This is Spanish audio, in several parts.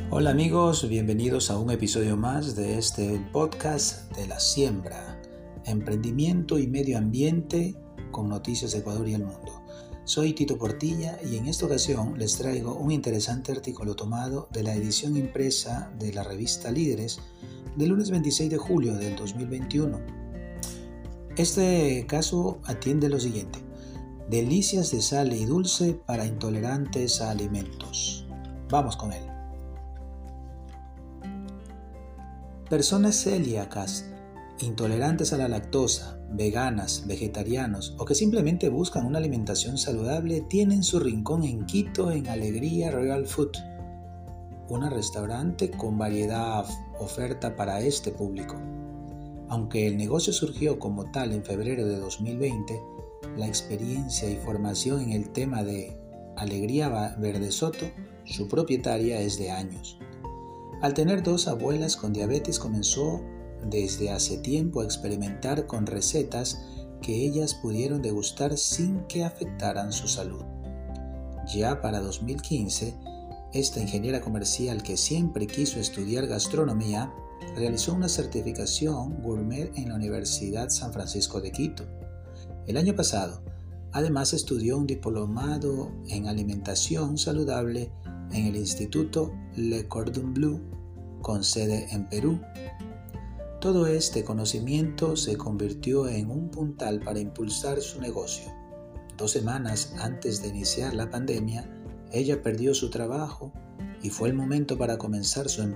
Hola amigos, bienvenidos a un episodio más de este podcast de La Siembra, emprendimiento y medio ambiente con noticias de Ecuador y el mundo. Soy Tito Portilla y en esta ocasión les traigo un interesante artículo tomado de la edición impresa de la revista Líderes del lunes 26 de julio del 2021. Este caso atiende lo siguiente: delicias de sal y dulce para intolerantes a alimentos. Vamos con él. Personas celíacas, intolerantes a la lactosa, veganas, vegetarianos o que simplemente buscan una alimentación saludable tienen su rincón en Quito en Alegría Real Food, un restaurante con variedad oferta para este público. Aunque el negocio surgió como tal en febrero de 2020, la experiencia y formación en el tema de Alegría Verdesoto, su propietaria, es de años. Al tener dos abuelas con diabetes, comenzó desde hace tiempo a experimentar con recetas que ellas pudieron degustar sin que afectaran su salud. Ya para 2015, esta ingeniera comercial que siempre quiso estudiar gastronomía realizó una certificación gourmet en la Universidad San Francisco de Quito. El año pasado, además estudió un diplomado en alimentación saludable en el Instituto Le Cordon Bleu, con sede en Perú. Todo este conocimiento se convirtió en un puntal para impulsar su negocio. 2 semanas antes de iniciar la pandemia, ella perdió su trabajo y fue el momento para comenzar su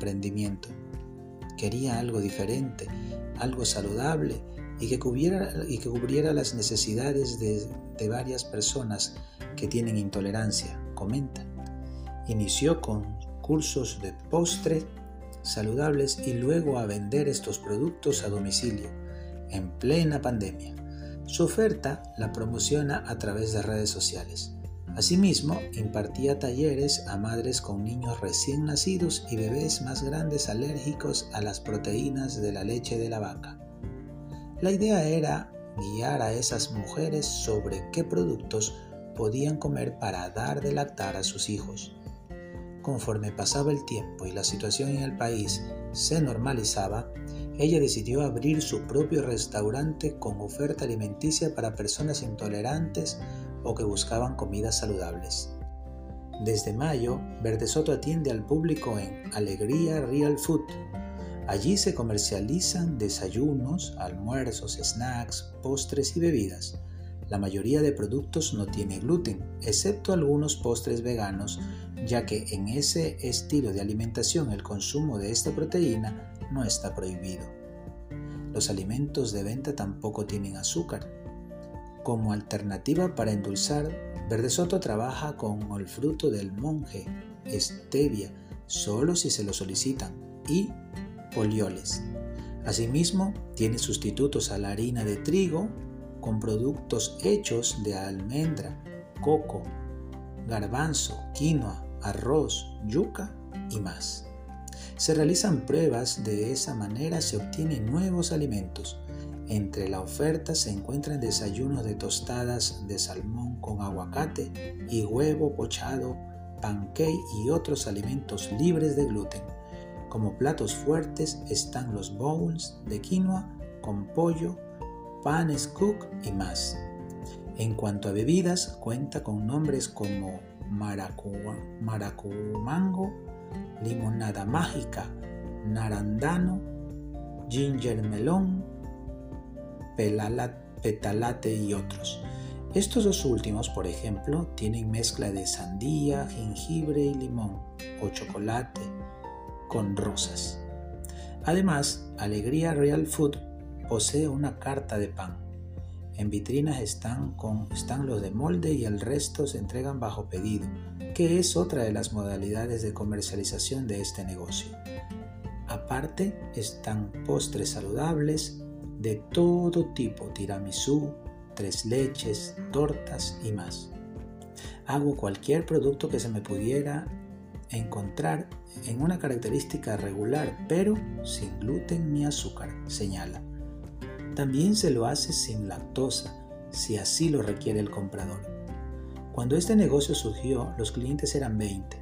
emprendimiento. Quería algo diferente, algo saludable y que cubriera las necesidades de varias personas que tienen intolerancia, comenta. Inició con cursos de postre saludables y luego a vender estos productos a domicilio en plena pandemia. Su oferta la promociona a través de redes sociales. Asimismo, impartía talleres a madres con niños recién nacidos y bebés más grandes alérgicos a las proteínas de la leche de la vaca. La idea era guiar a esas mujeres sobre qué productos podían comer para dar de lactar a sus hijos. Conforme pasaba el tiempo y la situación en el país se normalizaba, ella decidió abrir su propio restaurante con oferta alimenticia para personas intolerantes o que buscaban comidas saludables. Desde mayo, Verdesoto atiende al público en Alegría Real Food. Allí se comercializan desayunos, almuerzos, snacks, postres y bebidas. La mayoría de productos no tiene gluten, excepto algunos postres veganos, ya que en ese estilo de alimentación el consumo de esta proteína no está prohibido. Los alimentos de venta tampoco tienen azúcar. Como alternativa para endulzar, Verdesoto trabaja con el fruto del monje, stevia, solo si se lo solicitan, y polioles. Asimismo, tiene sustitutos a la harina de trigo, con productos hechos de almendra, coco, garbanzo, quinoa, arroz, yuca y más. Se realizan pruebas, de esa manera se obtienen nuevos alimentos. Entre la oferta se encuentran desayunos de tostadas de salmón con aguacate y huevo pochado, pancake y otros alimentos libres de gluten. Como platos fuertes están los bowls de quinoa con pollo, panes cook y más. En cuanto a bebidas, cuenta con nombres como maracumango, limonada mágica, narandano, ginger melón, petalate y otros. Estos dos últimos, por ejemplo, tienen mezcla de sandía, jengibre y limón o chocolate con rosas. Además, Alegría Real Food posee una carta de pan. En vitrinas están los de molde y el resto se entregan bajo pedido, que es otra de las modalidades de comercialización de este negocio. Aparte están postres saludables de todo tipo, tiramisú, 3 leches, tortas y más. Hago cualquier producto que se me pudiera encontrar en una característica regular, pero sin gluten ni azúcar, señala. También se lo hace sin lactosa, si así lo requiere el comprador. Cuando este negocio surgió, los clientes eran 20.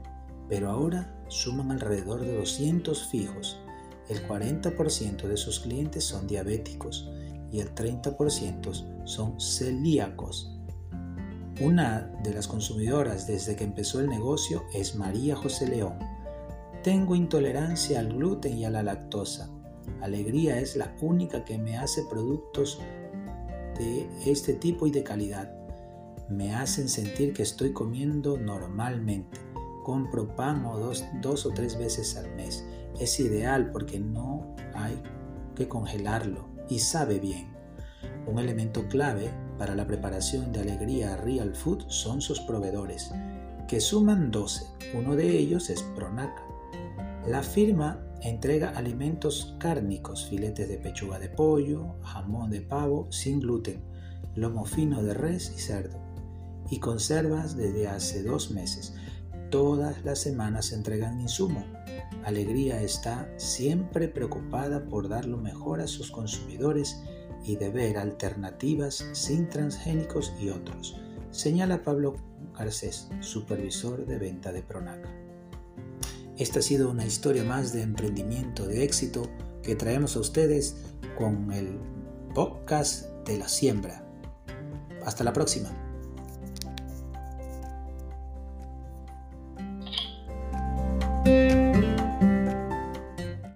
pero ahora suman alrededor de 200 fijos. El 40% de sus clientes son diabéticos y el 30% son celíacos. Una de las consumidoras desde que empezó el negocio es María José León. Tengo intolerancia al gluten y a la lactosa. Alegría es la única que me hace productos de este tipo y de calidad. Me hacen sentir que estoy comiendo normalmente. Compro pan dos o tres veces al mes. Es ideal porque no hay que congelarlo y sabe bien. Un elemento clave para la preparación de Alegría Real Food son sus proveedores, que suman 12. Uno de ellos es Pronaca. La firma entrega alimentos cárnicos, filetes de pechuga de pollo, jamón de pavo sin gluten, lomo fino de res y cerdo, y conservas desde hace 2 meses. Todas las semanas se entregan insumos. Alegría está siempre preocupada por dar lo mejor a sus consumidores y de ver alternativas sin transgénicos y otros, señala Pablo Garcés, supervisor de venta de Pronaca. Esta ha sido una historia más de emprendimiento de éxito que traemos a ustedes con el podcast de la siembra. Hasta la próxima.